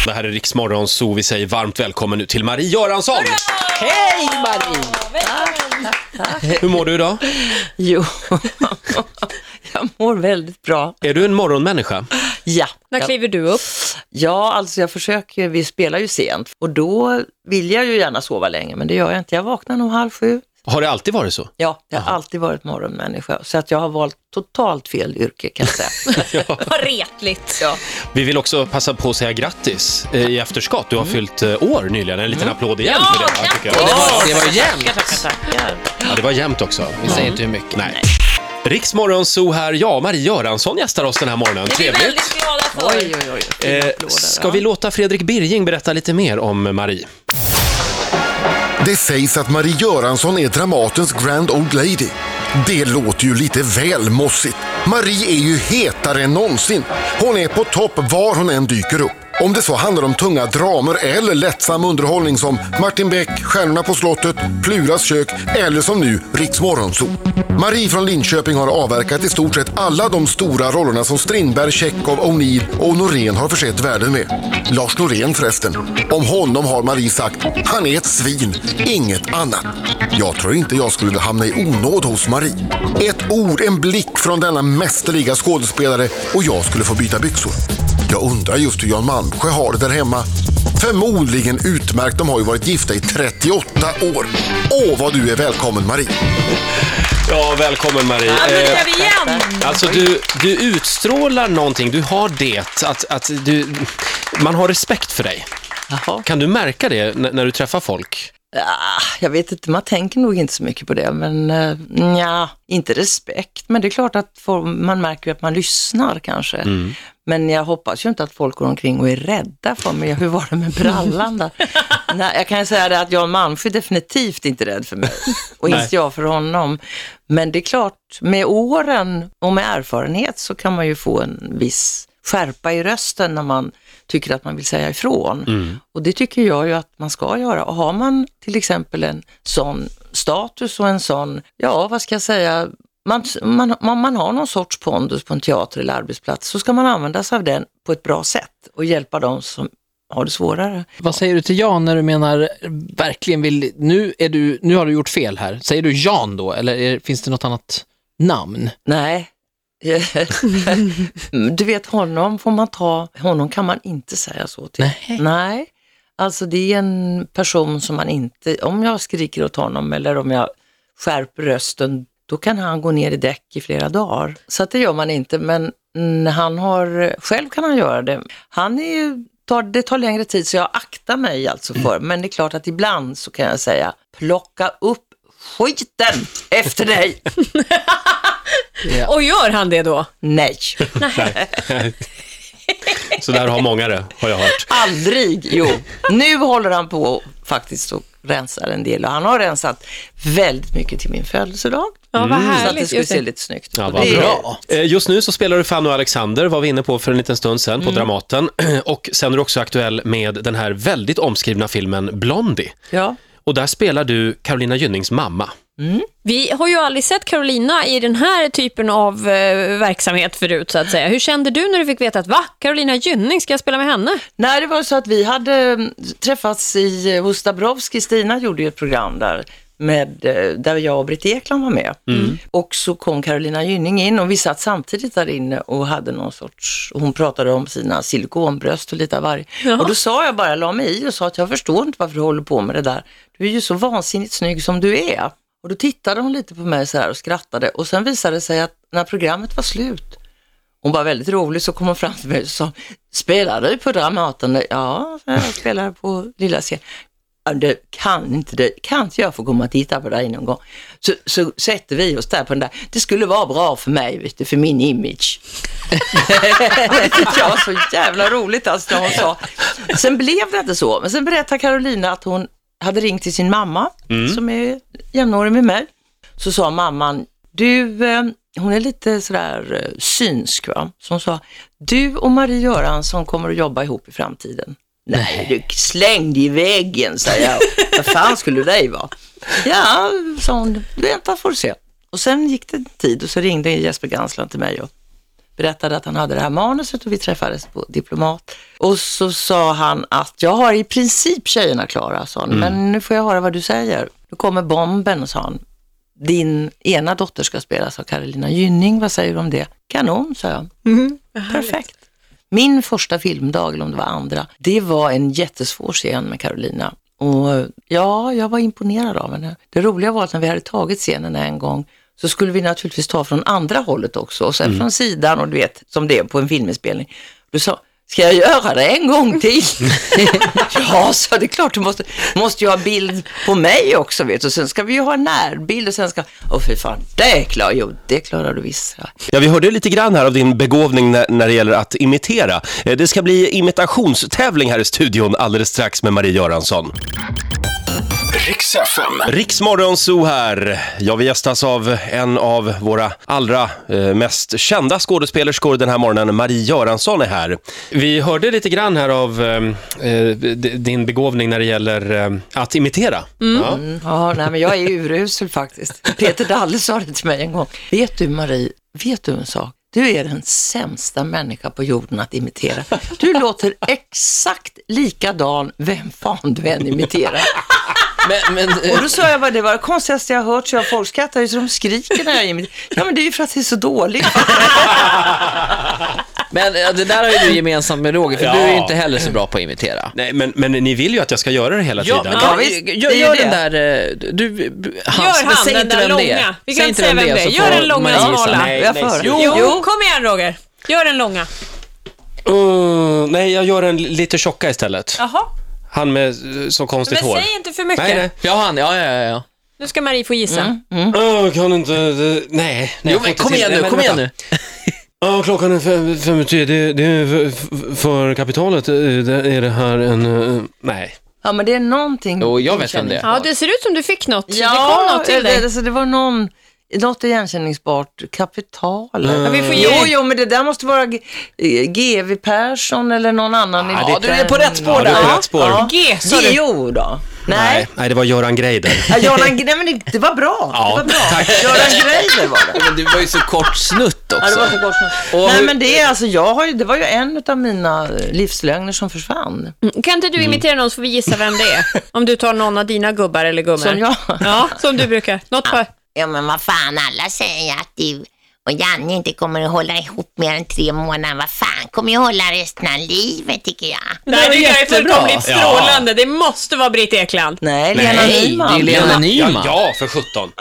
Det här är Rix Morgon Zoo. Vi säger varmt välkommen nu till Marie Göransson. Hurra! Hej Marie! Hur mår du idag? Jo, jag mår väldigt bra. Är du en morgonmänniska? Ja. När kliver du upp? Ja, alltså jag försöker, vi spelar ju sent och då vill jag ju gärna sova länge, men det gör jag inte. Jag vaknar nog 6:30. Har det alltid varit så? Ja, jag har alltid varit morgonmänniska, så att jag har valt totalt fel yrke kan jag säga. Vad retligt. Ja. Vi vill också passa på att säga grattis i efterskott. Du har fyllt år nyligen. En liten applåd igen för det. Ja, Tycker jag. Det var jämnt. Tackar. Ja, det var jämnt också. Vi säger inte hur mycket. Nej. Rix Morgon Zoo här. Ja, Marie Göransson gästar oss den här morgonen. Det är vi Trevligt. väldigt glada för. Oj. Ska vi låta Fredrik Birging berätta lite mer om Marie? Det sägs att Marie Göransson är Dramatens Grand Old Lady. Det låter ju lite väl mossigt. Marie är ju hetare än någonsin. Hon är på topp var hon än dyker upp. Om det så handlar om tunga dramer eller lättsam underhållning som Martin Beck, Stjärnorna på slottet, Pluras kök eller som nu Rix Morgonzoo. Marie från Linköping har avverkat i stort sett alla de stora rollerna som Strindberg, Tjechov, O'Neill och Norén har försett världen med. Lars Norén förresten. Om honom har Marie sagt, han är ett svin, inget annat. Jag tror inte jag skulle hamna i onåd hos Marie. Ett ord, en blick från denna mästerliga skådespelare och jag skulle få byta byxor. Jag undrar just hur Jan Malmsjö har det där hemma. Förmodligen utmärkt, de har ju varit gifta i 38 år. Åh, vad du är välkommen, Marie. Ja, välkommen Marie. Ja, nu ska vi igen. Alltså du utstrålar någonting. Du har det att man har respekt för dig. Jaha. Kan du märka det när du träffar folk? Jag vet inte, man tänker nog inte så mycket på det, men inte respekt, men det är klart att man märker att man lyssnar kanske. Men jag hoppas ju inte att folk går omkring och är rädda för mig. Hur var det med brallan där? Nej, jag kan säga det att Jan Malmsjö är definitivt inte rädd för mig och inte jag för honom. Men det är klart, med åren och med erfarenhet så kan man ju få en viss skärpa i rösten när man tycker att man vill säga ifrån. Och det tycker jag ju att man ska göra. Och har man till exempel en sån status och en sån, vad ska jag säga, man har någon sorts pondus på en teater eller arbetsplats, så ska man använda sig av den på ett bra sätt och hjälpa dem som har det svårare. Vad säger du till Jan när du menar verkligen vill, nu har du gjort fel här. Säger du Jan då, eller finns det något annat namn? Nej. Du vet, honom kan man inte säga så till. Nej. Alltså det är en person som man inte, om jag skriker åt honom eller om jag skärper rösten, då kan han gå ner i däck i flera dagar. Så att det gör man inte, men själv kan han göra det. Det tar längre tid, så jag aktar mig alltså för. Men det är klart att ibland så kan jag säga, plocka upp skiten efter dig. Och gör han det då? Nej. Så där har många det, har jag hört. Aldrig, jo. Nu håller han på faktiskt och rensar en del. Och han har rensat väldigt mycket till min födelsedag. Ja, vad härligt. Så att det skulle se lite snyggt ut. Ja, vad bra. Just nu så spelar du Fanny och Alexander, var vi inne på för en liten stund sedan på Dramaten. Och sen är du också aktuell med den här väldigt omskrivna filmen Blondie. Ja. Och där spelar du Carolina Gynnings mamma. Vi har ju aldrig sett Carolina i den här typen av verksamhet förut, så att säga. Hur kände du när du fick veta att Carolina Gynning, ska jag spela med henne? Nej, det var så att vi hade träffats hos Dabrowski. Stina gjorde ju ett program där jag och Britt Ekland var med. Och så kom Carolina Gynning in och vi satt samtidigt där inne och hade någon sorts, hon pratade om sina silikonbröst och lite av varje. Och då sa jag bara, la mig i och sa att jag förstår inte varför du håller på med det där. Du är ju så vansinnigt snygg som du är. Och då tittade hon lite på mig så här och skrattade. Och sen visade det sig att när programmet var slut, hon var väldigt rolig, så kom hon fram till mig och sa, spelar du på Dramaten? Ja, jag spelar på lilla scen. Kan inte jag få komma och titta på dig någon gång? Så sätter vi oss där på den där. Det skulle vara bra för mig, vet du, för min image. Det tyckte jag var så jävla roligt alltså, när hon sa. Sen blev det inte så. Men sen berättade Carolina att hon hade ringt till sin mamma, som är jämnårig med mig. Så sa mamman, hon är lite sådär synsk, va? Så hon sa, du och Marie Göransson kommer att jobba ihop i framtiden. Nej, du slängde i väggen, säger jag. Vad fan skulle det vara? Ja, sa hon, vänta får du se. Och sen gick det en tid och så ringde Jesper Gansland till mig och berättade att han hade det här manuset och vi träffades på Diplomat. Och så sa han att jag har i princip tjejerna klara, sa han, men nu får jag höra vad du säger. Nu kommer bomben, sa han. Din ena dotter ska spelas av Carolina Gynning, vad säger du om det? Kanon, sa jag. Perfekt. Min första filmdag, eller om det var andra, det var en jättesvår scen med Carolina. Och ja, jag var imponerad av henne. Det roliga var att när vi hade tagit scenen en gång så skulle vi naturligtvis ta från andra hållet också. Och sen från sidan, och du vet, som det är på en filminspelning. Du sa, ska jag göra det en gång till? Ja, så det är klart, du måste ju ha bild på mig också, vet du. Och sen ska vi ju ha en närbild och sen ska... fy fan, det klarar du visst. Ja, vi hörde lite grann här av din begåvning när det gäller att imitera. Det ska bli imitationstävling här i studion alldeles strax med Marie Göransson. Riks FM. Riksmorgonzoo här. Jag vill gästas av en av våra allra mest kända skådespelerskor den här morgonen. Marie Göransson är här. Vi hörde lite grann här av din begåvning när det gäller att imitera. Ja, nej, men jag är urusel faktiskt. Peter Dalle sa det till mig en gång. Vet du, Marie, vet du en sak? Du är den sämsta människa på jorden att imitera. Du låter exakt likadan vem fan du än imiterar. Och då sa jag, det var det konstigaste jag hört, så jag folk skrattar ju så de skriker när jag imiterar. Ja, men det är ju för att det är så dåligt. Men det där har ju du gemensamt med Roger, för du är ju inte heller så bra på att imitera. Nej, men ni vill ju att jag ska göra det hela tiden. Gör den där... Säg inte vem det är. Vi kan inte säga vem det är. Gör den långa smala. Jo, kom igen Roger. Gör den långa. Nej, jag gör en lite tjocka istället. Jaha. Han med så konstigt hår. Men säg inte för mycket. Nej. Ja, han. Ja. Nu ska Marie få gissa. Kan inte... Nej. Jo, men kom igen nu. Ja, klockan är 5:03. Det är för kapitalet. Är det här en... Nej. Ja, men det är någonting... Jo, jag vet vem det är. Ja, det ser ut som du fick något. Ja, det kom något till dig. Det var något igenkänningsbart. Kapital. Vi får Jo, men det där måste vara GV Persson eller någon annan. Ja, du är på rätt spår där. Ja, du är på rätt spår. G, sa du. Jo då. Nej, det var Göran Greider. Men det var bra. Ja, det var bra. tack. Göran Greider var det. Men det var ju så kort snutt också. Ja, det var så kort snutt. Nej, men det är alltså, det var ju en av mina livslögner som försvann. Kan inte du imitera någon så får vi gissa vem det är? Om du tar någon av dina gubbar eller gummor. Som jag. Ja, som du brukar. Något på... Ja, men vad fan, alla säger att du och Janne inte kommer att hålla ihop mer än 3 månader. Vad fan, kommer ju hålla resten av livet, tycker jag. Det här är fullkomligt strålande. Det måste vara Britt Ekland. Nej, Lena Nyman. Det är Lena Nyman. Ja, för 17.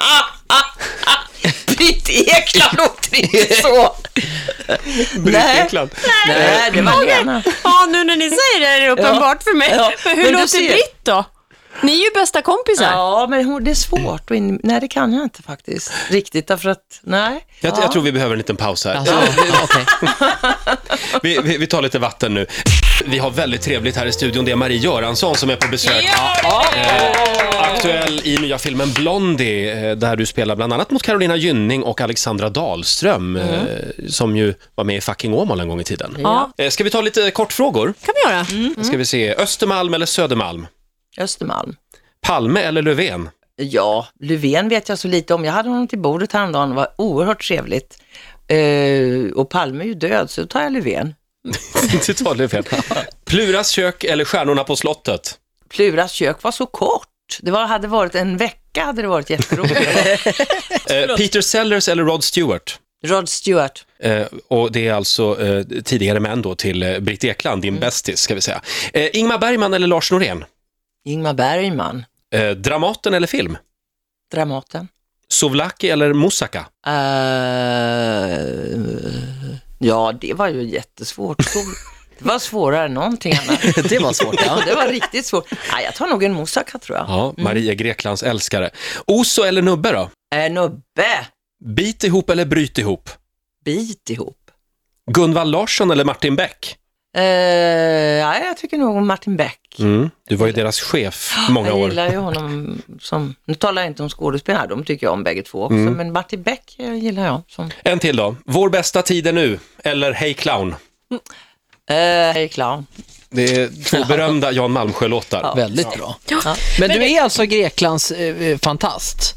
Britt Ekland låter inte så. Nej, det var Lena. Ja, nu när ni säger det är det uppenbart för mig. Ja. Men hur Men du låter ser- Britt då? Ni är ju bästa kompisar. Ja, men det är svårt. Nej, det kan jag inte faktiskt. Riktigt, därför att, nej. Jag tror vi behöver en liten paus här. Alltså, okej. Vi tar lite vatten nu. Vi har väldigt trevligt här i studion. Det är Marie Göransson som är på besök. Aktuell i nya filmen Blondie, där du spelar bland annat mot Carolina Gynning och Alexandra Dahlström, som ju var med i Fucking Åmål en gång i tiden. Ja. Ska vi ta lite kortfrågor? Kan vi göra? Ska vi se, Östermalm eller Södermalm? Östermalm. Palme eller Löfven? Ja, Löfven vet jag så lite om. Jag hade honom till bordet häromdagen. Det var oerhört trevligt. Och Palme är ju död, så då tar jag Löfven. Du tar Löfven. Pluras kök eller Stjärnorna på slottet? Pluras kök var så kort. Hade varit en vecka, hade det varit jätteroligt. Peter Sellers eller Rod Stewart? Rod Stewart. Och det är alltså tidigare män då till Britt Ekland, din bästis ska vi säga. Ingmar Bergman eller Lars Norén? Ingmar Bergman. Dramaten eller film? Dramaten. Souvlaki eller moussaka? Ja, det var ju jättesvårt. Det var svårare än någonting annat. Det var svårt, ja. Det var riktigt svårt. Nej, jag tar nog en moussaka, tror jag. Ja, Marie är Greklands älskare. Oso eller Nubbe då? Nubbe. Bit ihop eller bryt ihop? Bit ihop. Gunvald Larsson eller Martin Beck? Ja, jag tycker nog om Martin Beck. Du var ju deras chef många Jag år. gillar ju honom som... Nu talar jag inte om skådespelare, de tycker jag om bägge två också. Men Martin Beck gillar jag som... En till då. Vår bästa tid är nu. Eller Hej Clown. Hej Clown. Det är 2 berömda Jan Malmsjö-låtar. Väldigt bra. Men du är alltså Greklands fantast.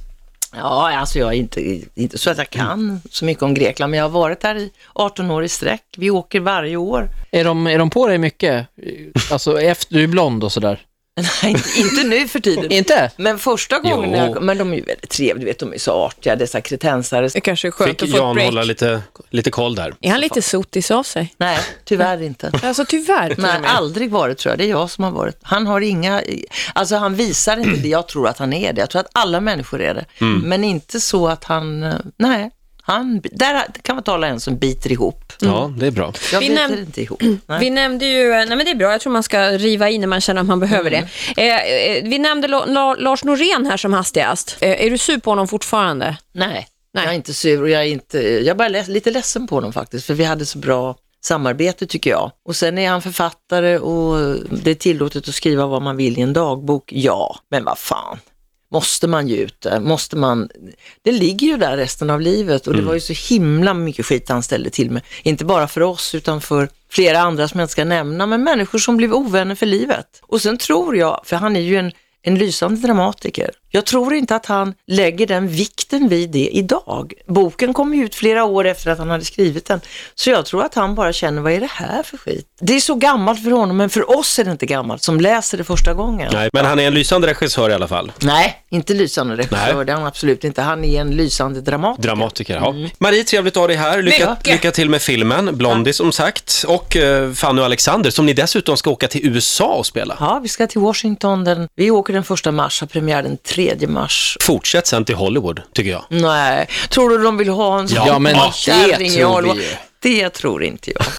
Ja, alltså jag är inte så att jag kan så mycket om Grekland, men jag har varit där i 18 år i sträck. Vi åker varje år. Är de på dig mycket? Alltså efter du är blond och sådär? Nej, inte nu för tiden. Inte? Men första gången, men de är ju väldigt trevliga, vet, de är så artiga, dessa kretensare. Det kanske är skönt Fick att få ett Jan break. hålla lite koll där? Är han lite sotis av sig? Nej, tyvärr inte. Alltså tyvärr. till och Nej, med. aldrig varit tror jag. Det är jag som har varit. Han har inga, alltså han visar inte det jag tror att han är det. Jag tror att alla människor är det. Men inte så att han, nej. Där kan man tala en som biter ihop. Ja, det är bra. Jag Vi biter inte ihop. Nej. Vi nämnde ju, nej men det är bra, jag tror man ska riva in när man känner att man behöver det. Vi nämnde Lars Norén här som hastigast. Är du sur på honom fortfarande? Nej, jag är inte sur och jag är bara lite ledsen på honom faktiskt. För vi hade så bra samarbete tycker jag. Och sen är han författare och det är tillåtet att skriva vad man vill i en dagbok. Ja, men vad fan. Måste man ge ut det? Det ligger ju där resten av livet och det var ju så himla mycket skit han ställde till med. Inte bara för oss utan för flera andra som jag inte ska nämna, men människor som blev ovänner för livet. Och sen tror jag, för han är ju en lysande dramatiker. Jag tror inte att han lägger den vikten vid det idag. Boken kom ju ut flera år efter att han hade skrivit den. Så jag tror att han bara känner, vad är det här för skit? Det är så gammalt för honom, men för oss är det inte gammalt som läser det första gången. Nej, men han är en lysande regissör i alla fall. Nej, inte lysande regissör, Nej. det är han absolut inte. Han är en lysande dramatiker. Ja. Marie, trevligt att ha dig här. Mycket. Lycka till med filmen, Blondie som sagt. Och Fanny och Alexander som ni dessutom ska åka till USA och spela. Ja, vi ska till Washington. Vi åker den 1 mars, har premiär den 3 mars. Fortsätt sen till Hollywood, tycker jag. Nej, tror du de vill ha en sån Ja, men det kärring i tror Hollywood? vi ju. Det tror inte jag.